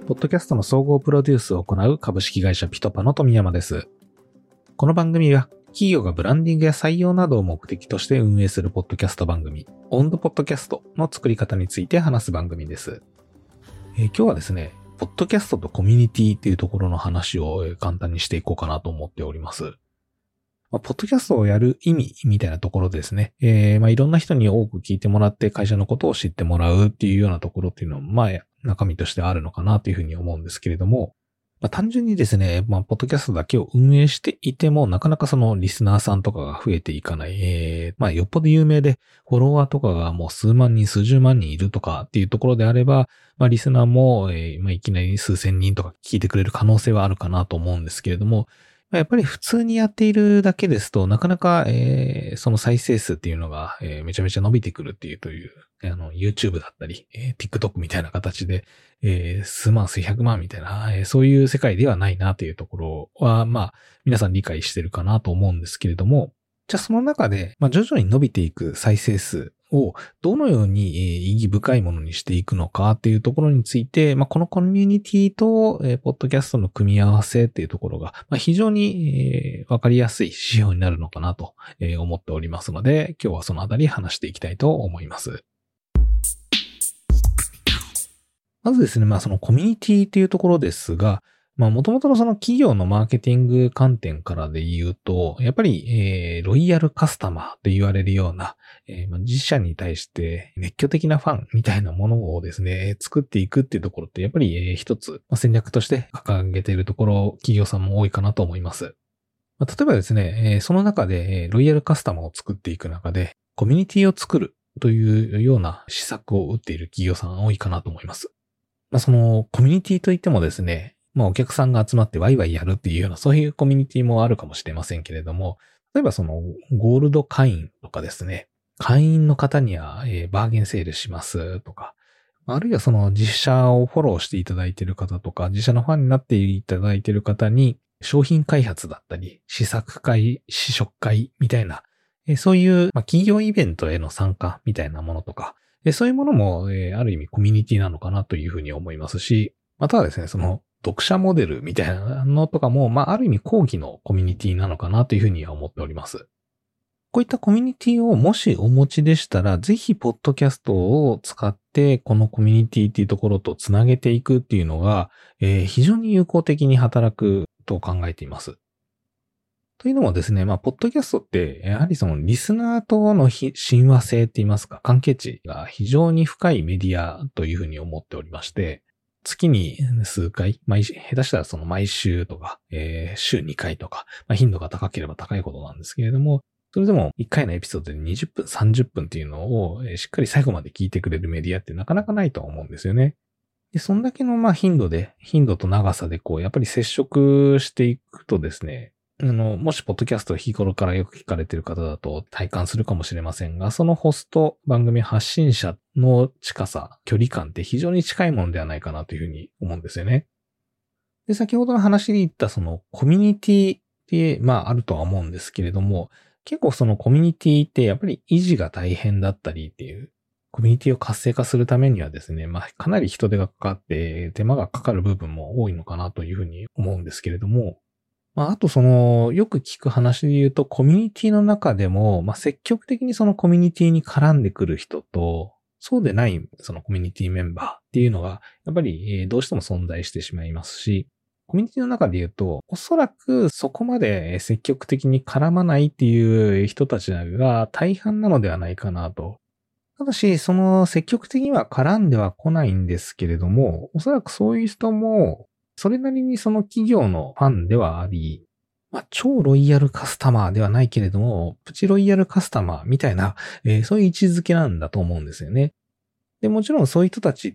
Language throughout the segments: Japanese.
ポッドキャストの総合プロデュースを行う株式会社ピトパの富山です。この番組は企業がブランディングや採用などを目的として運営するポッドキャスト番組、オンドポッドキャストの作り方について話す番組です。今日はですね、ポッドキャストとコミュニティっていうところの話を簡単にしていこうかなと思っております。ポッドキャストをやる意味みたいなところですね。いろんな人に多く聞いてもらって会社のことを知ってもらうっていうようなところっていうのは、中身としてあるのかなというふうに思うんですけれども、単純にですね、ポッドキャストだけを運営していても、なかなかそのリスナーさんとかが増えていかない。よっぽど有名で、フォロワーとかがもう数万人、数十万人いるとかっていうところであれば、リスナーも、いきなり数千人とか聞いてくれる可能性はあるかなと思うんですけれども、やっぱり普通にやっているだけですと、なかなか、その再生数っていうのが、めちゃめちゃ伸びてくるっていうという、YouTube だったり、TikTok みたいな形で、数万、数百万みたいな、そういう世界ではないなというところは、皆さん理解してるかなと思うんですけれども、じゃあその中で、徐々に伸びていく再生数をどのように意義深いものにしていくのかっていうところについて、このコミュニティと、ポッドキャストの組み合わせっていうところが、非常に、わかりやすい指標になるのかなと、思っておりますので、今日はそのあたり話していきたいと思います。まずですね、そのコミュニティっていうところですが、もともとのその企業のマーケティング観点からで言うと、やっぱり、ロイヤルカスタマーと言われるような、自社に対して熱狂的なファンみたいなものをですね、作っていくっていうところって、やっぱり、一つ、戦略として掲げているところ、企業さんも多いかなと思います。例えばですね、その中で、ロイヤルカスタマーを作っていく中で、コミュニティを作るというような施策を打っている企業さん多いかなと思います。そのコミュニティといってもですね、お客さんが集まってワイワイやるっていうようなそういうコミュニティもあるかもしれませんけれども、例えばそのゴールド会員とかですね、会員の方にはバーゲンセールしますとか、あるいはその自社をフォローしていただいている方とか、自社のファンになっていただいている方に商品開発だったり、試作会、試食会みたいな、そういう企業イベントへの参加みたいなものとか、そういうものも、ある意味コミュニティなのかなというふうに思いますし、またはですね、その読者モデルみたいなのとかも、ある意味講義のコミュニティなのかなというふうには思っております。こういったコミュニティをもしお持ちでしたら、ぜひポッドキャストを使って、このコミュニティっていうところとつなげていくっていうのが、非常に有効的に働くと考えています。というのもですね、ポッドキャストって、やはりそのリスナーとの親和性って言いますか、関係値が非常に深いメディアというふうに思っておりまして、月に数回、下手したらその毎週とか、週2回とか、頻度が高ければ高いほどなんですけれども、それでも1回のエピソードで20分、30分っていうのをしっかり最後まで聞いてくれるメディアってなかなかないと思うんですよね。で、そんだけの頻度と長さでやっぱり接触していくとですね、もしポッドキャストを日頃からよく聞かれている方だと体感するかもしれませんが、そのホスト、番組発信者の近さ、距離感って非常に近いものではないかなというふうに思うんですよね。で、先ほどの話で言ったそのコミュニティって、あるとは思うんですけれども、結構そのコミュニティってやっぱり維持が大変だったりっていう、コミュニティを活性化するためにはですね、かなり人手がかかって手間がかかる部分も多いのかなというふうに思うんですけれども、あとよく聞く話で言うと、コミュニティの中でも、積極的にそのコミュニティに絡んでくる人と、そうでないそのコミュニティメンバーっていうのが、やっぱりどうしても存在してしまいますし、コミュニティの中で言うと、おそらくそこまで積極的に絡まないっていう人たちが大半なのではないかなと。ただし、その積極的には絡んでは来ないんですけれども、おそらくそういう人も、それなりにその企業のファンではあり、超ロイヤルカスタマーではないけれども、プチロイヤルカスタマーみたいな、そういう位置づけなんだと思うんですよね。で、もちろんそういう人たちって、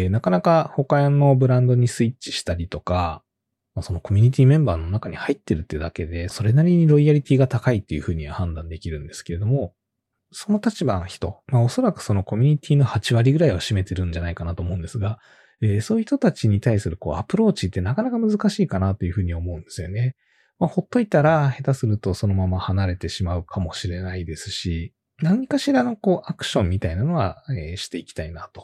なかなか他のブランドにスイッチしたりとか、そのコミュニティメンバーの中に入ってるってだけで、それなりにロイヤリティが高いっていうふうには判断できるんですけれども、その立場の人、おそらくそのコミュニティの8割ぐらいは占めてるんじゃないかなと思うんですが、そういう人たちに対するアプローチってなかなか難しいかなというふうに思うんですよね。ほっといたら下手するとそのまま離れてしまうかもしれないですし、何かしらのアクションみたいなのは、していきたいなと。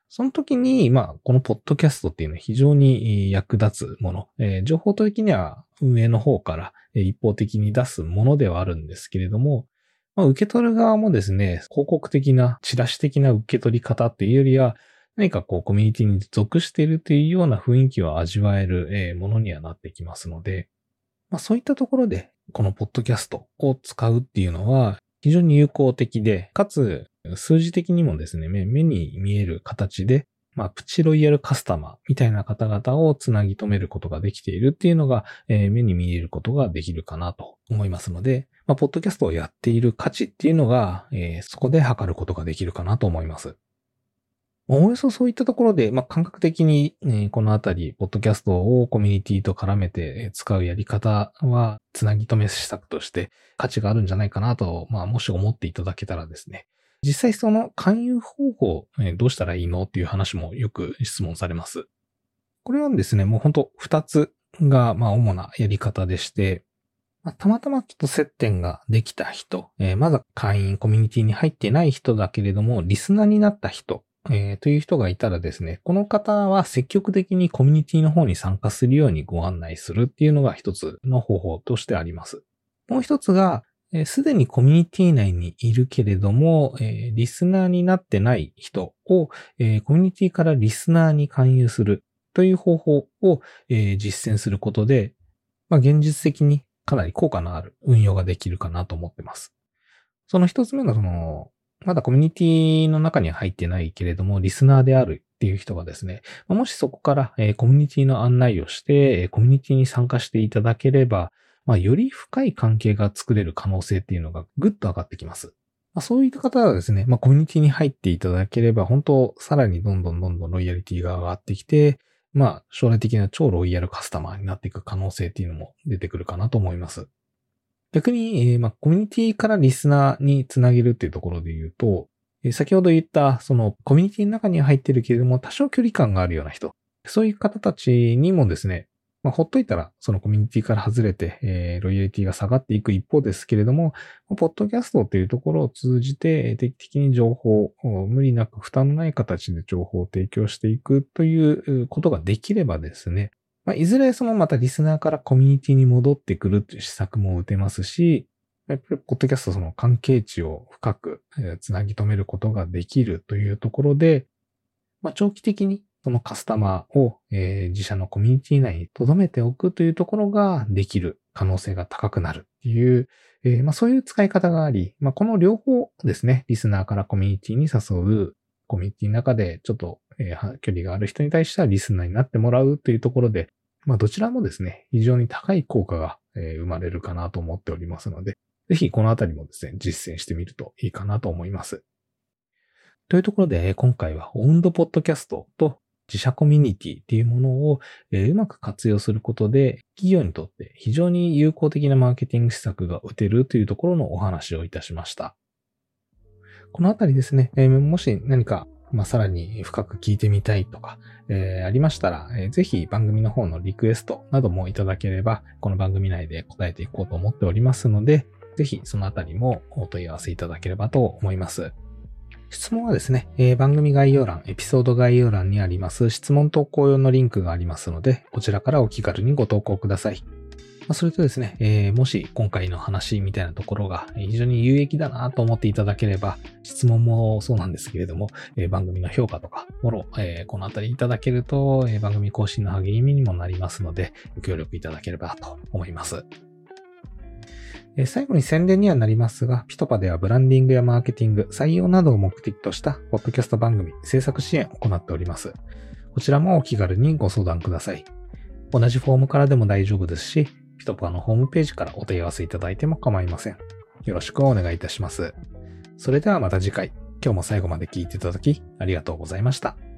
その時に、このポッドキャストっていうのは非常に役立つもの。情報的には運営の方から一方的に出すものではあるんですけれども、受け取る側もですね、広告的な、チラシ的な受け取り方っていうよりは、何かコミュニティに属しているというような雰囲気を味わえるものにはなってきますので、そういったところで、このポッドキャストを使うっていうのは非常に有効的で、かつ数字的にもですね、目に見える形で、プチロイヤルカスタマーみたいな方々をつなぎ止めることができているっていうのが、目に見えることができるかなと思いますので、ポッドキャストをやっている価値っていうのが、そこで測ることができるかなと思います。おおよそそういったところで、感覚的に、このあたり、ポッドキャストをコミュニティと絡めて使うやり方は、つなぎ止め施策として価値があるんじゃないかなと、もし思っていただけたらですね、実際その勧誘方法、どうしたらいいのっていう話もよく質問されます。これはですね、もう本当2つが、主なやり方でして、たまたまちょっと接点ができた人、まだ会員コミュニティに入ってない人だけれども、リスナーになった人、という人がいたらですね、この方は積極的にコミュニティの方に参加するようにご案内するっていうのが一つの方法としてあります。もう一つが、すでにコミュニティ内にいるけれども、リスナーになってない人を、コミュニティからリスナーに勧誘するという方法を、実践することで、現実的にかなり効果のある運用ができるかなと思ってます。その一つ目のまだコミュニティの中には入ってないけれども、リスナーであるっていう人がですね、もしそこからコミュニティの案内をして、コミュニティに参加していただければ、より深い関係が作れる可能性っていうのがぐっと上がってきます。そういった方はですね、コミュニティに入っていただければ、本当さらにどんどんロイヤリティが上がってきて、将来的な超ロイヤルカスタマーになっていく可能性っていうのも出てくるかなと思います。逆に、コミュニティからリスナーにつなげるっていうところで言うと、先ほど言った、そのコミュニティの中には入ってるけれども、多少距離感があるような人、そういう方たちにもですね、ほっといたら、そのコミュニティから外れて、ロイヤリティが下がっていく一方ですけれども、ポッドキャストっていうところを通じて、定期的に情報を無理なく負担のない形で情報を提供していくということができればですね、いずれそのまたリスナーからコミュニティに戻ってくるという施策も打てますし、やっぱりポッドキャストその関係値を深くつなぎ止めることができるというところで、長期的にそのカスタマーを自社のコミュニティ内に留めておくというところができる可能性が高くなるっていう、そういう使い方があり、この両方ですね、リスナーからコミュニティに誘う、コミュニティの中でちょっと距離がある人に対してはリスナーになってもらうというところで、どちらもですね、非常に高い効果が生まれるかなと思っておりますので、ぜひこのあたりもですね、実践してみるといいかなと思います。というところで、今回はオウンドポッドキャストと自社コミュニティっていうものをうまく活用することで、企業にとって非常に有効的なマーケティング施策が打てるというところのお話をいたしました。このあたりですね、もし何かさらに深く聞いてみたいとか、ありましたら、ぜひ番組の方のリクエストなどもいただければ、この番組内で答えていこうと思っておりますので、ぜひそのあたりもお問い合わせいただければと思います。質問はですね、番組概要欄、エピソード概要欄にあります質問投稿用のリンクがありますので、こちらからお気軽にご投稿ください。それとですね、もし今回の話みたいなところが非常に有益だなと思っていただければ、質問もそうなんですけれども、番組の評価とかフォロー、このあたりいただけると、番組更新の励みにもなりますので、ご協力いただければと思います。最後に宣伝にはなりますが、ピトパではブランディングやマーケティング、採用などを目的としたポッドキャスト番組制作支援を行っております。こちらもお気軽にご相談ください。同じフォームからでも大丈夫ですし、ピトパのホームページからお問い合わせいただいても構いません。よろしくお願いいたします。それではまた次回、今日も最後まで聞いていただきありがとうございました。